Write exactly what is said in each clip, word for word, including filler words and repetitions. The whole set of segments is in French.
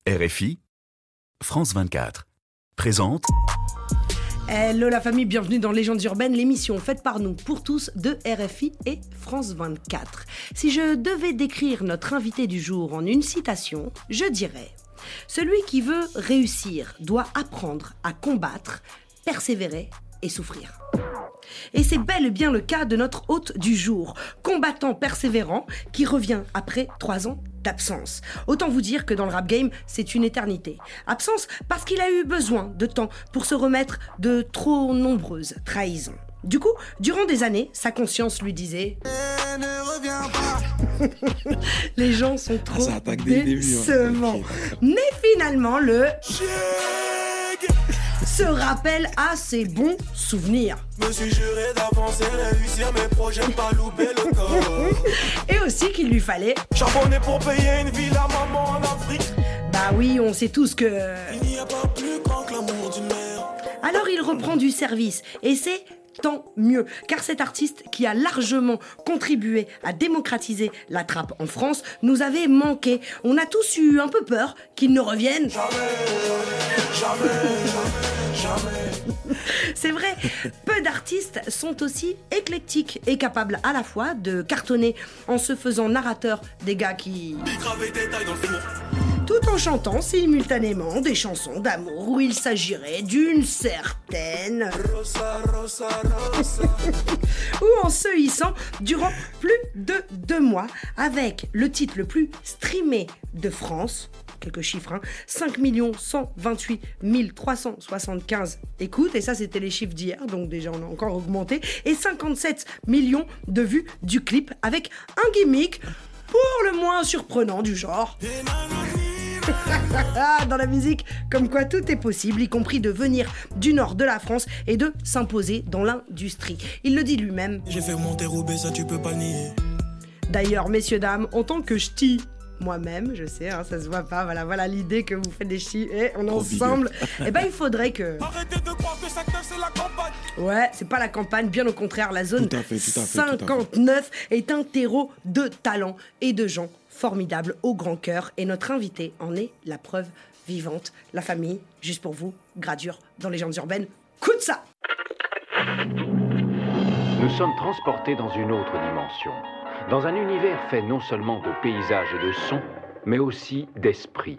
R F I, France vingt-quatre, présente... Hello la famille, bienvenue dans Légendes urbaines, l'émission faite par nous, pour tous, de R F I et France vingt-quatre. Si je devais décrire notre invité du jour en une citation, je dirais « Celui qui veut réussir doit apprendre à combattre, persévérer et souffrir ». Et c'est bel et bien le cas de notre hôte du jour, combattant persévérant, qui revient après trois ans d'absence. Autant vous dire que dans le rap game, c'est une éternité. Absence parce qu'il a eu besoin de temps pour se remettre de trop nombreuses trahisons. Du coup, durant des années, sa conscience lui disait eh, ne reviens pas. Les gens sont trop ah, décevants. Hein. Mais finalement, le se rappelle à ses bons souvenirs. Me suis juré d'avancer, réussir mes projets, pas louper le corps. Et aussi qu'il lui fallait charbonner pour payer une ville à maman en Afrique. Bah oui, on sait tous que il n'y a pas plus grand que l'amour d'une mère. Alors il reprend du service, et c'est tant mieux, car cet artiste qui a largement contribué à démocratiser la trappe en France nous avait manqué. On a tous eu un peu peur qu'il ne revienne. Jamais, jamais, jamais, jamais. C'est vrai, peu d'artistes sont aussi éclectiques et capables à la fois de cartonner en se faisant narrateur des gars qui... tout en chantant simultanément des chansons d'amour où il s'agirait d'une certaine... Rosa, Rosa, Rosa. ou en se hissant durant plus de deux mois avec le titre le plus streamé de France, quelques chiffres, hein, cinq millions cent vingt-huit mille trois cent soixante-quinze écoutes, et ça c'était les chiffres d'hier, donc déjà on a encore augmenté, et cinquante-sept millions de vues du clip avec un gimmick pour le moins surprenant du genre... dans la musique, comme quoi tout est possible, y compris de venir du nord de la France et de s'imposer dans l'industrie. Il le dit lui-même. J'ai fait monter Roubaix, ça tu peux pas nier. D'ailleurs, messieurs, dames, en tant que ch'ti, moi-même, je sais, hein, ça se voit pas, voilà, voilà l'idée que vous faites des ch'tis, et on est ensemble, et ben il faudrait que... Arrêtez de croire que chaque neuf c'est la campagne. Ouais, c'est pas la campagne, bien au contraire, la zone tout à fait, tout à fait, cinquante-neuf est un terreau de talent et de gens formidable au grand cœur, et notre invité en est la preuve vivante. La famille, juste pour vous, Gradure dans Légendes urbaines, coûte ça. Nous sommes transportés dans une autre dimension, dans un univers fait non seulement de paysages et de sons, mais aussi d'esprit.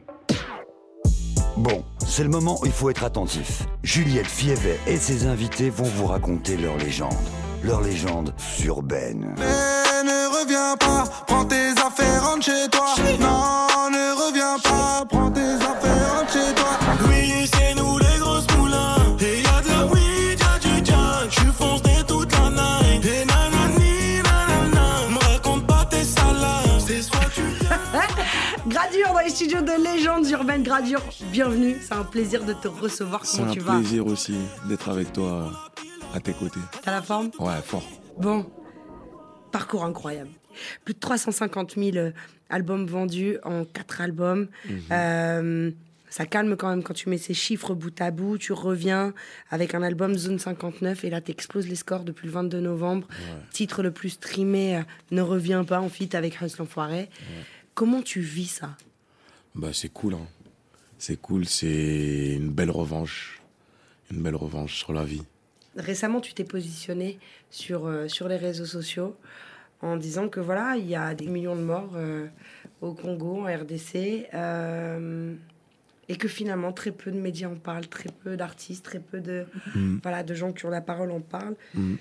Bon, c'est le moment où il faut être attentif. Juliette Fievet et ses invités vont vous raconter leur légende. Leur légende urbaine. Mais ne reviens pas, prends tes affaires, rentre chez toi. Non, ne reviens pas, prends tes affaires, rentre chez toi. Oui, c'est nous les grosses moulins. Et y'a de la weed, y'a du jack. J'suis foncé toute la night. Et nanani, nanana. Me raconte pas tes salades. C'est soit tu viens. Gradure dans les studios de Légendes urbaines. Gradure, bienvenue. C'est un plaisir de te recevoir. Comment tu vas ? C'est un plaisir aussi d'être avec toi. À tes côtés. T'as la forme ? Ouais, fort. Bon, parcours incroyable. Plus de trois cent cinquante mille albums vendus en quatre albums. Mm-hmm. Euh, ça calme quand même quand tu mets ces chiffres bout à bout. Tu reviens avec un album Zone cinquante-neuf et là t'exploses les scores depuis le vingt-deux novembre. Ouais. Titre le plus streamé, euh, Ne reviens pas, en feat avec Huss l'Enfoiré. Ouais. Comment tu vis ça ? Bah c'est cool, hein. C'est cool, c'est une belle revanche. Une belle revanche sur la vie. Récemment, tu t'es positionné sur, euh, sur les réseaux sociaux en disant que voilà, il y a des millions de morts euh, au Congo, en R D C, euh, et que finalement, très peu de médias en parlent, très peu d'artistes, très peu de, mmh. voilà, de gens qui ont la parole en parlent. Mmh.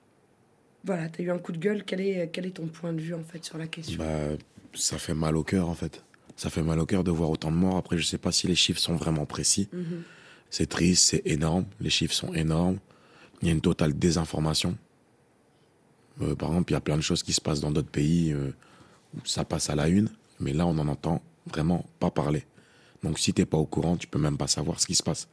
Voilà, tu as eu un coup de gueule. Quel est, quel est ton point de vue, en fait, sur la question ? Bah, ça fait mal au cœur, en fait. Ça fait mal au cœur de voir autant de morts. Après, je sais pas si les chiffres sont vraiment précis. Mmh. C'est triste, c'est énorme. Les chiffres sont énormes. Il y a une totale désinformation. Euh, par exemple, il y a plein de choses qui se passent dans d'autres pays euh, où ça passe à la une, mais là, on n'en entend vraiment pas parler. Donc, si tu n'es pas au courant, tu peux même pas savoir ce qui se passe.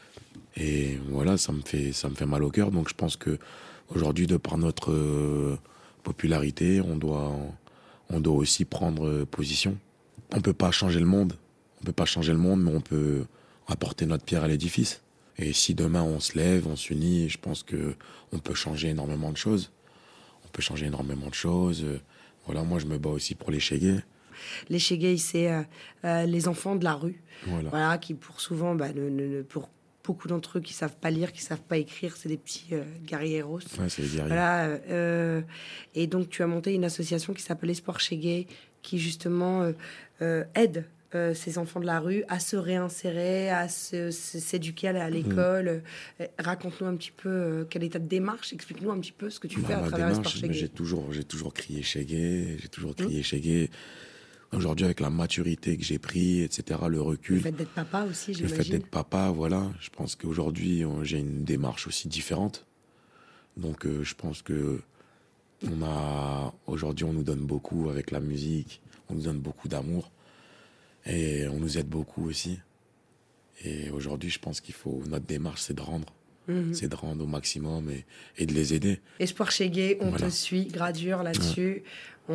Et voilà, ça me fait, ça me fait mal au cœur. Donc, je pense qu'aujourd'hui, de par notre euh, popularité, on doit, on doit aussi prendre euh, position. On ne peut pas changer le monde. On ne peut pas changer le monde, mais on peut apporter notre pierre à l'édifice. Et si demain on se lève, on s'unit, je pense qu'on peut changer énormément de choses. On peut changer énormément de choses. Voilà, moi je me bats aussi pour les Chégués. Les shégay, c'est euh, euh, les enfants de la rue, Voilà. voilà, qui pour souvent, bah, ne, ne- ne- pour beaucoup d'entre eux qui savent pas lire, qui savent pas écrire, c'est des petits euh, guerrieros. Ouais, c'est les guerriers. Voilà, euh, et donc tu as monté une association qui s'appelle Espoir Shégay, qui justement euh, euh, aide euh, ces enfants de la rue à se réinsérer, à se, se- s'éduquer à la- à l'école. Euh, Raconte-nous un petit peu euh, quelle est ta démarche, explique-nous un petit peu ce que tu Bah, fais à ma travers Espoir démarche, mais Shégay. j'ai toujours, j'ai toujours crié Shégay, j'ai toujours crié Shégay. Aujourd'hui, avec la maturité que j'ai pris, et cetera, le Le recul, fait d'être papa aussi, le fait j'imagine. d'être papa, voilà, je pense qu'aujourd'hui, on- j'ai une démarche aussi différente. Donc, euh, je pense que on a, aujourd'hui, on nous donne beaucoup avec la musique, on nous donne beaucoup d'amour et on nous aide beaucoup aussi. Et aujourd'hui, je pense qu'il faut, notre démarche, c'est de rendre. Mhm. C'est de rendre au maximum et, et de les aider. Espoir Shégay, on Voilà. te suit, gradure là-dessus.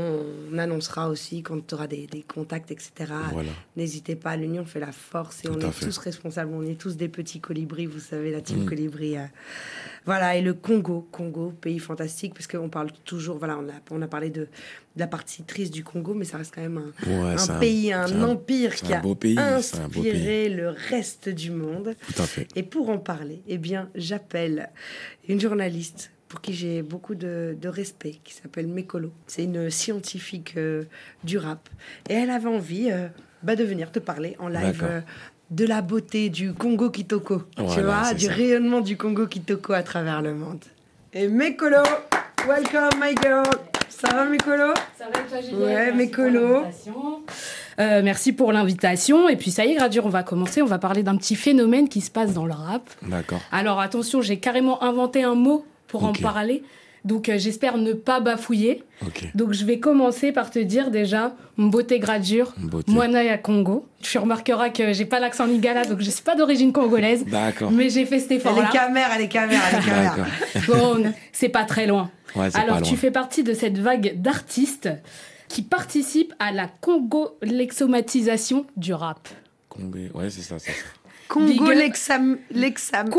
On annoncera aussi quand tu auras des, des contacts, et cetera. Voilà. N'hésitez pas, l'union fait la force et Tout on à est fait. tous responsables. On est tous des petits colibris, vous savez, la team Mm. colibri. euh. Voilà, et le Congo, Congo, pays fantastique, parce qu'on parle toujours, voilà, on a, on a parlé de, de la partie triste du Congo, mais ça reste quand même un, Ouais, un c'est un- pays, un, c'est un- empire c'est qui un a beau pays, c'est un beau inspiré le reste du monde. Tout à fait. Et pour en parler, eh bien, j'appelle une journaliste pour qui j'ai beaucoup de, de respect, qui s'appelle Mekolo. C'est une scientifique euh, du rap. Et elle avait envie euh, bah, de venir te parler en live D'accord. euh, de la beauté du Congo Kitoko. tu Voilà, vois, c'est du ça. rayonnement du Congo Kitoko à travers le monde. Et Mekolo, welcome my girl. Ça va Mekolo? Ça va et toi, Juliette? Ouais, Merci mes pour colos. l'invitation. Euh, merci pour l'invitation. Et puis ça y est, Gradure, on va commencer. On va parler d'un petit phénomène qui se passe dans le rap. D'accord. Alors attention, j'ai carrément inventé un mot pour Ok. en parler. Donc euh, j'espère ne pas bafouiller. Ok. Donc je vais commencer par te dire déjà, Mbote Gradure, Beauté. Moana ya Congo. Tu remarqueras que j'ai pas l'accent lingala, donc je suis pas d'origine congolaise. D'accord. Mais j'ai fait cet Elle effort-là. est camère, elle est camère, elle est camère. D'accord. Bon, c'est pas très loin. Ouais, c'est Alors, pas tu loin. fais partie de cette vague d'artistes qui participent à la congo-lexomatisation du rap. Congé. Ouais, c'est ça, c'est ça. Congo Big- lexam, lexam,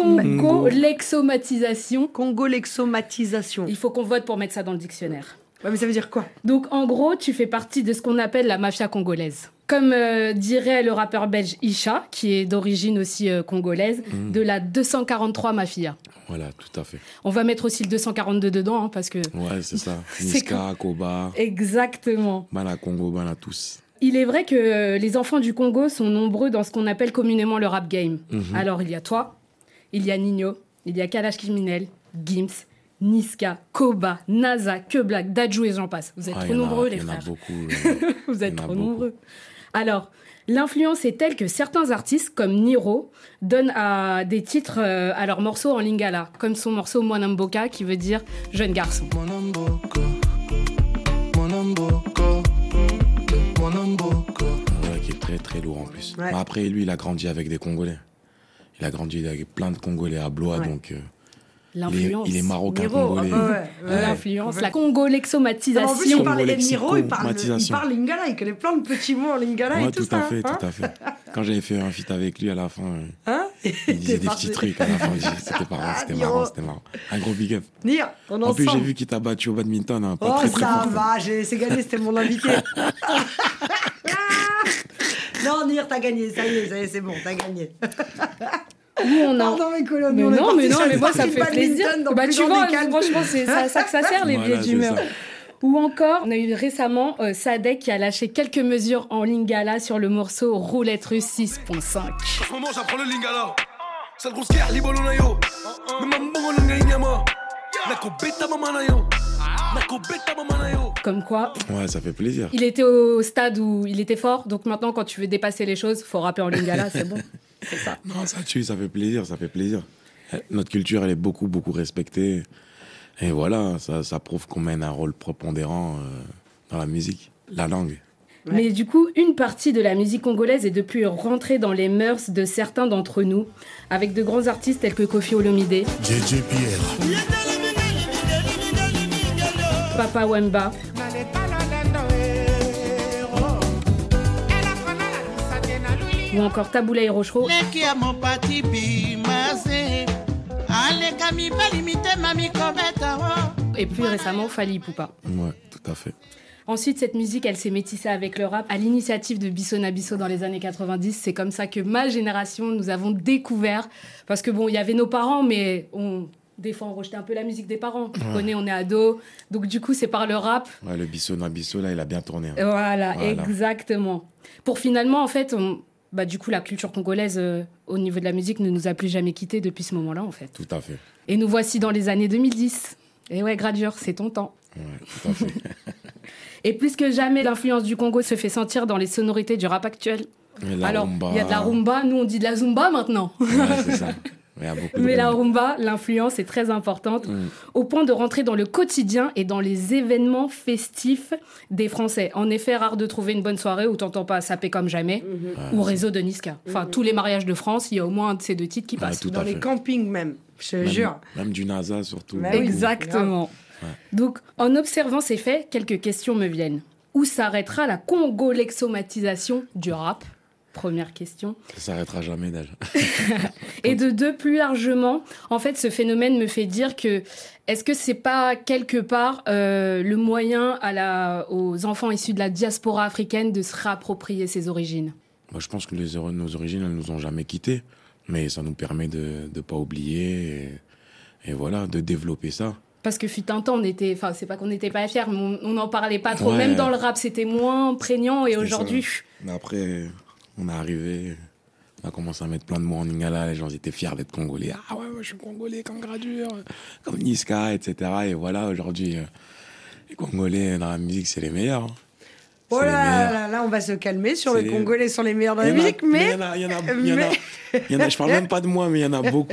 Congo-lexomatisation. Congo lexomatisation. Il faut qu'on vote pour mettre ça dans le dictionnaire. Ouais, mais ça veut dire quoi? Donc, en gros, tu fais partie de ce qu'on appelle la mafia congolaise. Comme euh, dirait le rappeur belge Isha, qui est d'origine aussi euh, congolaise, Mm. de la deux cent quarante-trois mafia. Voilà, tout à fait. On va mettre aussi le deux cent quarante-deux dedans, hein, parce que... Ouais, c'est ça. C'est Niska, Koba, Exactement. Bana Congo, Bana tous. Il est vrai que euh, les enfants du Congo sont nombreux dans ce qu'on appelle communément le rap game. Mhm. Alors, il y a toi, il y a Nino, il y a Kalash Criminel, Gims, Niska, Koba, Naza, Que Black, Dadju et j'en passe. Vous êtes Ah, trop il y en a- nombreux, les il y en a frères. beaucoup. euh, Vous êtes il y en a trop beaucoup. nombreux. Alors, l'influence est telle que certains artistes, comme Niro, donnent à des titres euh, à leurs morceaux en lingala, comme son morceau Mwanamboka, qui veut dire jeune garçon. Mwanamboka, Mwanamboka, Mwanamboka. Ouais, qui est très très lourd en plus. Ouais. Mais après, lui, il a grandi avec des Congolais. Il a grandi avec plein de Congolais à Blois, Ouais. donc euh, il, est, L'influence. il est marocain Niro, congolais. ah bah ouais, ouais. L'influence, la Non, mais en plus, congo-lexomatisation. il parle, Congo et Niro, il parle, il lexicomatisation. parle lingala, il connaît plein de petits mots en lingala Ouais, et tout, tout à ça. fait, hein. tout à fait. Quand j'avais fait un feat avec lui à la fin, euh, Hein il disait T'es des parti. petits trucs à la fin. j'ai- C'était marrant, c'était Niro. marrant, c'était marrant. Un gros big up. Nir, on est En plus, j'ai ensemble. vu qu'il t'a battu au badminton. Hein, pas Oh, très, très ça fort. va, j'ai- c'est gagné, c'était mon invité. Non, Nir, t'as gagné, ça y est, ça y est, c'est bon, t'as gagné. Nous, on a... Pardon, mes colons, Mais nous, on est non, partis mais non, sur mais une moi, ça partie me fait de plaisir. badminton dans Bah, plus tu grand vois, décalme. franchement, c'est ça, ça que ça sert, les Voilà, billets c'est d'humeur. ça. Ou encore, on a eu récemment euh, Sadek qui a lâché quelques mesures en lingala sur le morceau Roulette russe six point cinq. En ce moment, j'apprends le lingala. C'est le gros skier, libolo na yo. Mais ma mbongo na ngai nyama. Nako beta mama na yo. Nako beta mama na yo. Comme quoi, Ouais, ça fait plaisir. il était au stade où il était fort, donc maintenant, quand tu veux dépasser les choses, faut rapper en lingala, c'est bon. C'est ça. Non, ça tue, ça fait plaisir, ça fait plaisir. Eh, Notre culture, elle est beaucoup, beaucoup respectée. Et voilà, ça, ça prouve qu'on mène un rôle prépondérant euh, dans la musique, la langue. Ouais. Mais du coup, une partie de la musique congolaise est depuis rentrée dans les mœurs de certains d'entre nous, avec de grands artistes tels que Koffi Olomide, J J Pierre. Papa Wemba, ou encore Taboulaye Rochereau, leki ya mopati bimaze aleka mibali mitema mikobeta o et plus récemment Fally Ipupa. Ouais, tout à fait. Ensuite, cette musique, elle s'est métissée avec le rap à l'initiative de Bisso Nabisso dans les années quatre-vingt-dix. C'est comme ça que ma génération, nous avons découvert. Parce que bon, il y avait nos parents, mais on... des fois, on rejetait un peu la musique des parents. Tu ouais. connais, on est ado. Donc, du coup, c'est par le rap. Ouais, le Bisso Nabisso, là, il a bien tourné. Hein. Voilà, voilà, exactement. Pour finalement, en fait, on... bah, du coup, la culture congolaise, euh, au niveau de la musique, ne nous a plus jamais quittés depuis ce moment-là, en fait. Tout à fait. Et nous voici dans les années deux mille dix. Et ouais, Gradure, c'est ton temps. Ouais, tout à fait. Et plus que jamais, l'influence du Congo se fait sentir dans les sonorités du rap actuel. Alors, il y a de la rumba, nous on dit de la zumba maintenant. Ouais, c'est ça. Mais la rumba, l'influence est très importante, mmh. au point de rentrer dans le quotidien et dans les événements festifs des Français. En effet, rare de trouver une bonne soirée où t'entends pas Sapé comme jamais, mmh. ou Réseau de Niska. Enfin, mmh. tous les mariages de France, il y a au moins un de ces deux titres qui ouais, passent. Dans les fait. campings même, je te même, jure. Même du NASA surtout. Bah oui, exactement. Ouais. Donc, en observant ces faits, quelques questions me viennent. Où s'arrêtera la congolexomatisation du rap ? Première question. Ça s'arrêtera jamais déjà. Et de deux, plus largement, en fait, ce phénomène me fait dire que est-ce que c'est pas quelque part euh, le moyen à la, aux enfants issus de la diaspora africaine de se réapproprier ses origines ? Moi, je pense que les, nos origines, elles nous ont jamais quittés, mais ça nous permet de ne pas oublier et, et voilà, de développer ça. Parce que fut un temps, on était, enfin, c'est pas qu'on n'était pas fiers, mais on n'en parlait pas trop. Ouais. Même dans le rap, c'était moins prégnant et c'est aujourd'hui. Ça. Mais après. On est arrivé, on a commencé à mettre plein de mots en lingala, les gens étaient fiers d'être congolais. Ah ouais, moi je suis congolais comme Gradure, comme Niska, et cetera. Et voilà, aujourd'hui, les Congolais dans la musique, c'est les meilleurs. Oh là là, là, on va se calmer sur c'est les Congolais les... sont les meilleurs dans la musique, mais... Il y en a, il y en a, il y en a, il y en a, je parle même pas de moi, mais il y en a beaucoup.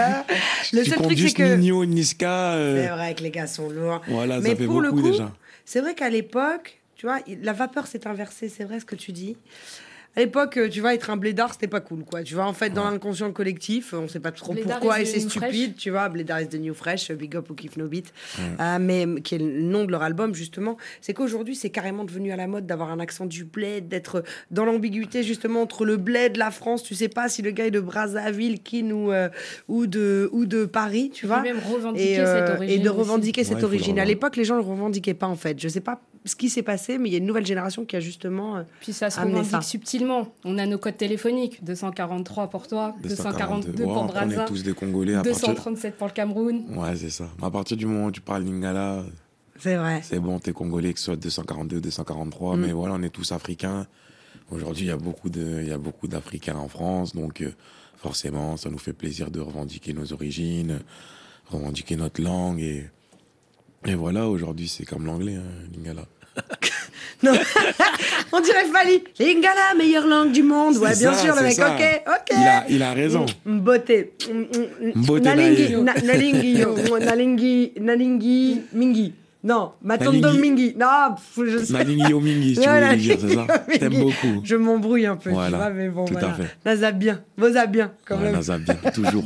Le tu seul comptes truc, juste c'est que... Nino, Niska... Euh... C'est vrai que les gars sont lourds. Voilà, mais ça fait pour beaucoup le coup, déjà. C'est vrai qu'à l'époque, tu vois, la vapeur s'est inversée, c'est vrai ce que tu dis. À l'époque, tu vois, être un blédard, c'était pas cool, quoi. Tu vois, en fait, dans ouais. l'inconscient collectif, on sait pas trop Blédard pourquoi et c'est stupide, fresh. Tu vois. Blédard is the new fresh, big up ou kiff no beat, ouais. euh, mais qui est le nom de leur album justement. C'est qu'aujourd'hui, c'est carrément devenu à la mode d'avoir un accent du bled, d'être dans l'ambiguïté justement entre le bled, la France. Tu sais pas si le gars est de Brazzaville, Kin ou euh, ou de ou de Paris, tu vois. Même revendiquer et, euh, cette origine et de revendiquer aussi. cette ouais, origine. À l'époque, les gens le revendiquaient pas en fait. Je sais pas ce qui s'est passé, mais il y a une nouvelle génération qui a justement euh, puis ça se revendique ça. subtilement. On a nos codes téléphoniques, deux cent quarante-trois pour toi, deux cent quarante-deux ouais, pour Brazza, on est tous des Congolais. À deux cent trente-sept pour le Cameroun. Ouais, c'est ça. À partir du moment où tu parles lingala, c'est vrai. C'est bon, t'es Congolais, que ce soit deux cent quarante-deux, deux cent quarante-trois, mm. mais voilà, on est tous africains. Aujourd'hui, il y a beaucoup de, il y a beaucoup d'Africains en France, donc euh, forcément, ça nous fait plaisir de revendiquer nos origines, revendiquer notre langue et et voilà. Aujourd'hui, c'est comme l'anglais, hein, lingala. Non, on dirait Fali. Lingala, meilleure langue du monde. Ouais, c'est bien ça, sûr, le mec. Ça. Ok, ok. Il a, il a raison. Mboté. Mboté Nalingi, Nalingi, Nalingi, Nalingi, Mingi. Non, Matondo Mingi. Non, je sais. Nalingi au Mingi, si tu veux dire, c'est ça. Je t'aime beaucoup. Je m'embrouille un peu, voilà. tu vois, mais bon, tout voilà. à fait. Nazabien, Vosabien, quand ouais, même. Nazabien, toujours.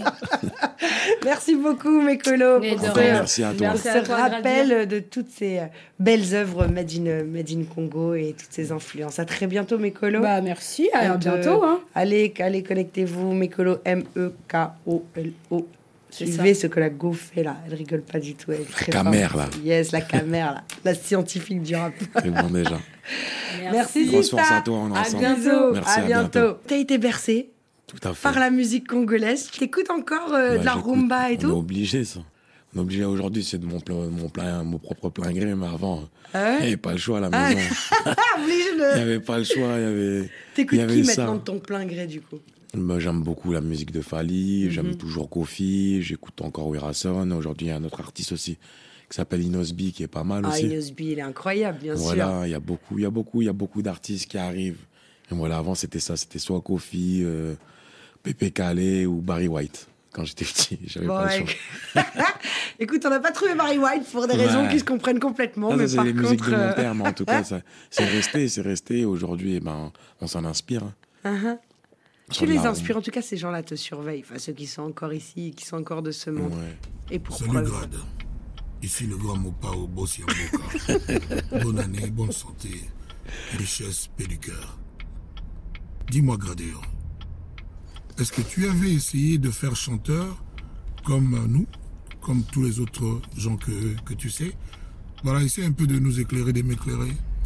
Merci beaucoup, mes colos. Mais pour de ce, merci à toi. Pour ce rappel de toutes ces belles œuvres made in, made in Congo et toutes ces influences. À très bientôt, mes colos. Bah, merci, à bientôt. Hein. Allez, allez, connectez-vous, mes colos, M E K O L O. Suivez ce que la Go fait là, elle rigole pas du tout. Elle est très la camère là. Yes, la camère là, la scientifique du rap. C'est bon déjà. Merci. Grosse force à toi, on est à ensemble. Bientôt. Merci, à, à bientôt. bientôt. T'as été bercé tout à fait. par la musique congolaise. T'écoutes encore euh, ouais, de la rumba et tout. On est obligé ça. On est obligé aujourd'hui, c'est de mon, plein, mon, plein, mon propre plein gré, mais avant, ah ouais il n'y avait pas le choix à la maison. Il n'y avait pas le choix, il y avait. T'écoutes y avait qui ça. maintenant de ton plein gré du coup? Bah, j'aime beaucoup la musique de Fali, mm-hmm. j'aime toujours Kofi, j'écoute encore Werason. Aujourd'hui, il y a un autre artiste aussi qui s'appelle Inosbi qui est pas mal ah, aussi. Ah, Inosbi, il est incroyable, bien voilà, sûr. Voilà, il y a beaucoup, il y a beaucoup, il y a beaucoup d'artistes qui arrivent. Et voilà, avant, c'était ça, c'était soit Kofi, euh, Pepe Kale ou Barry White. Quand j'étais petit, j'avais bon, pas ouais. le choix. Écoute, on n'a pas trouvé Barry White pour des raisons ouais. qui se comprennent complètement. Ah, mais ça, par c'est les contre, musiques de mon père, mais en tout cas, ça, c'est resté, c'est resté. Aujourd'hui, eh ben, on s'en inspire. Uh-huh. Tu les inspires, en tout cas, ces gens-là te surveillent, enfin, ceux qui sont encore ici, qui sont encore de ce monde. Ouais. Et pourquoi? Salut Grade, ici le grand Mopao Bossi Mboka. Bonne année, bonne santé, richesse, paix du cœur. Dis-moi Gradure, est-ce que tu avais essayé de faire chanteur comme nous, comme tous les autres gens que, que tu sais? Voilà, essaie un peu de nous éclairer, de m'éclairer.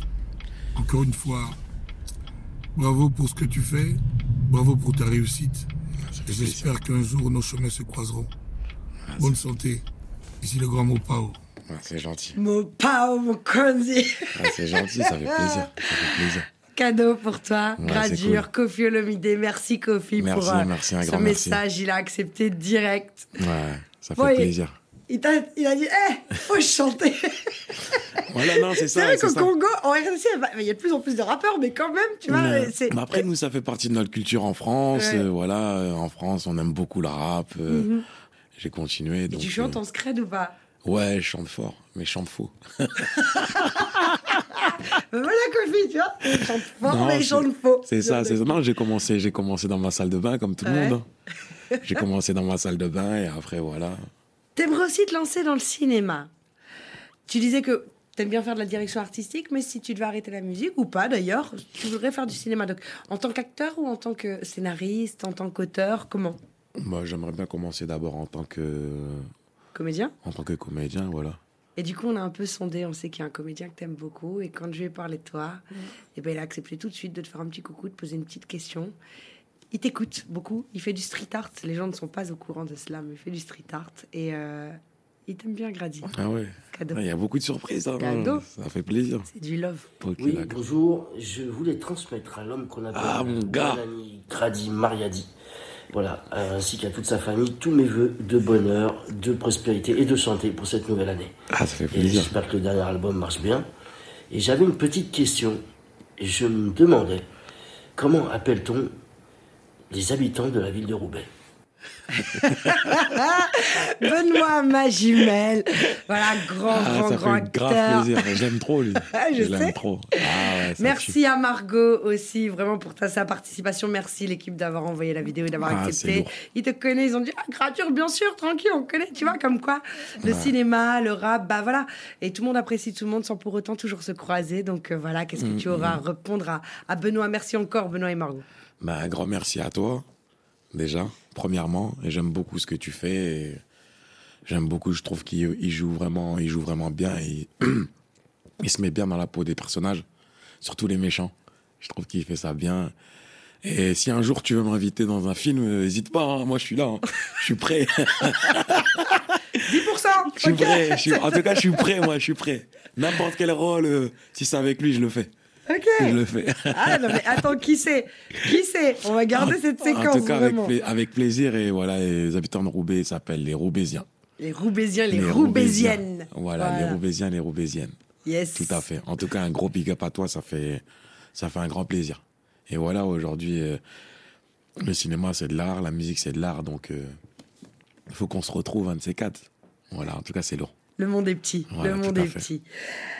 encore une fois, bravo pour ce que tu fais, bravo pour ta réussite. Et j'espère qu'un jour nos chemins se croiseront. Merci. Bonne santé. Ici le grand Mopao. Ah, c'est gentil. Mopao, mon conzi. Ah, c'est gentil, ça fait plaisir. Ça fait plaisir. Cadeau pour toi, ouais, Gradure, cool. Kofi Olomide. Merci Kofi merci, pour euh, merci, un ce grand message. Merci. Il a accepté direct. Ouais, ça fait bon, plaisir. Il, il, a, il a dit, hé, hey, faut chanter. Voilà, non, c'est ça. C'est vrai c'est qu'au ça. Congo, en R D C, il y a de plus en plus de rappeurs, mais quand même, tu vois. Mais, c'est... mais après, nous, ça fait partie de notre culture en France. Ouais. Euh, voilà, euh, en France, on aime beaucoup le rap. Euh, mm-hmm. J'ai continué. Et donc, tu chantes euh... en scred ou pas? Ouais, je chante fort, mais je chante faux. Ben voilà, Kofi, tu vois. Il chante fort, non, mais il chante faux. C'est ça, c'est ça. Non, j'ai commencé, j'ai commencé dans ma salle de bain, comme tout ouais. le monde. Hein. J'ai commencé dans ma salle de bain et après, voilà. T'aimerais aussi te lancer dans le cinéma. Tu disais que t'aimes bien faire de la direction artistique, mais si tu devais arrêter la musique, ou pas d'ailleurs, tu voudrais faire du cinéma. Donc, en tant qu'acteur ou en tant que scénariste, en tant qu'auteur, comment? Moi, j'aimerais bien commencer d'abord en tant que... Comédien? En tant que comédien, voilà. Et du coup, on a un peu sondé, on sait qu'il y a un comédien que t'aimes beaucoup, et quand je lui ai parlé de toi, mmh. et ben, il a accepté tout de suite de te faire un petit coucou, de poser une petite question. Il t'écoute beaucoup, il fait du street art, les gens ne sont pas au courant de cela, mais il fait du street art, et euh, il t'aime bien, Grady. Ah ouais. Cadeau. Il y a beaucoup de surprises, hein. Cadeau. Ça fait plaisir. C'est du love. Okay, oui, d'accord. Bonjour, je voulais transmettre à l'homme qu'on appelle ah, mon gars. mon ami Grady Mariadi, voilà, ainsi qu'à toute sa famille, tous mes voeux de bonheur, de prospérité et de santé pour cette nouvelle année. Ah, ça fait plaisir. Et j'espère que le dernier album marche bien. Et j'avais une petite question. Je me demandais, comment appelle-t-on les habitants de la ville de Roubaix? Benoît, ma jumelle. Voilà, grand, ah, grand, ça grand fait acteur. grave plaisir. J'aime trop, lui. je Je l'aime sais. trop. Ah, ouais, merci à Margot aussi, vraiment pour ta, sa participation. Merci l'équipe d'avoir envoyé la vidéo et d'avoir ah, accepté. Ils te connaissent, ils ont dit ah, Gradure, bien sûr, tranquille, on connaît, tu vois, comme quoi. Le ouais. cinéma, le rap, bah voilà. Et tout le monde apprécie tout le monde sans pour autant toujours se croiser. Donc euh, voilà, qu'est-ce que mmh, tu auras à répondre à, à Benoît? Merci encore, Benoît et Margot. Bah, un grand merci à toi, déjà, premièrement. Et j'aime beaucoup ce que tu fais. Et j'aime beaucoup, je trouve qu'il il joue vraiment, il joue vraiment bien. Et il se met bien dans la peau des personnages, surtout les méchants. Je trouve qu'il fait ça bien. Et si un jour tu veux m'inviter dans un film, n'hésite pas, hein, moi je suis là, hein. Je suis prêt. dix pour cent Je suis okay. prêt, je suis... en tout cas je suis prêt, moi je suis prêt. N'importe quel rôle, euh, si c'est avec lui, je le fais. Ok. Je le fais. Ah non mais attends, qui c'est? Qui c'est? On va garder en, cette séquence. En tout cas, vraiment. Avec, pla- avec plaisir. Et voilà, les habitants de Roubaix s'appellent les Roubaisiens. Les Roubaisiens, les, les Roubaisiennes. Voilà, voilà, les Roubaisiens, les Roubaisiennes. Yes. Tout à fait. En tout cas, un gros big up à toi, ça fait, ça fait un grand plaisir. Et voilà, aujourd'hui, euh, le cinéma, c'est de l'art, la musique, c'est de l'art. Donc, il euh, faut qu'on se retrouve un de ces quatre. Voilà, en tout cas, c'est lourd. Le monde est petit. Voilà, le monde est fait. petit.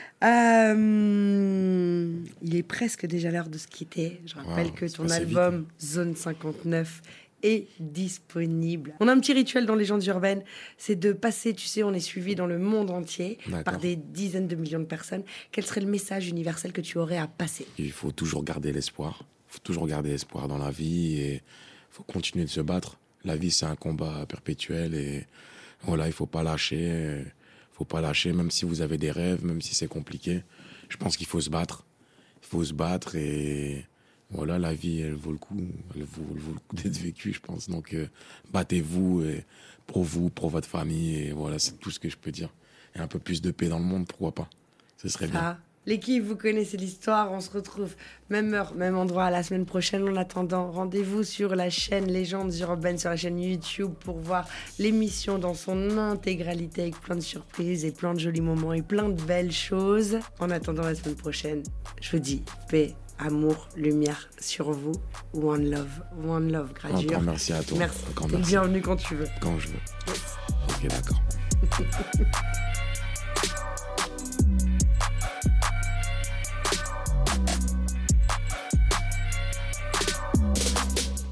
Euh, il est presque déjà l'heure de se quitter. Je rappelle wow, que ton album vite. Zone cinquante-neuf est disponible. On a un petit rituel dans Légendes urbaines, c'est de passer, tu sais, on est suivi dans le monde entier D'accord. par des dizaines de millions de personnes. Quel serait le message universel que tu aurais à passer? Il faut toujours garder l'espoir. Il faut toujours garder espoir dans la vie et il faut continuer de se battre. La vie, c'est un combat perpétuel et voilà, il faut pas lâcher. Faut pas lâcher, même si vous avez des rêves, même si c'est compliqué. Je pense qu'il faut se battre. Il faut se battre et voilà, la vie, elle vaut le coup. Elle vaut, elle vaut le coup d'être vécue, je pense. Donc, euh, battez-vous et pour vous, pour votre famille. Et voilà, c'est tout ce que je peux dire. Et un peu plus de paix dans le monde, pourquoi pas? Ce serait bien. Ah. L'équipe, vous connaissez l'histoire, on se retrouve même heure, même endroit la semaine prochaine. En attendant, rendez-vous sur la chaîne Légendes urbaines, sur la chaîne YouTube pour voir l'émission dans son intégralité avec plein de surprises et plein de jolis moments et plein de belles choses. En attendant la semaine prochaine, je vous dis paix, amour, lumière sur vous. One love, one love, Gradure. Encore merci à toi. Merci. Encore T'es merci. bienvenue quand tu veux. Quand je veux. Yes. Ok, d'accord.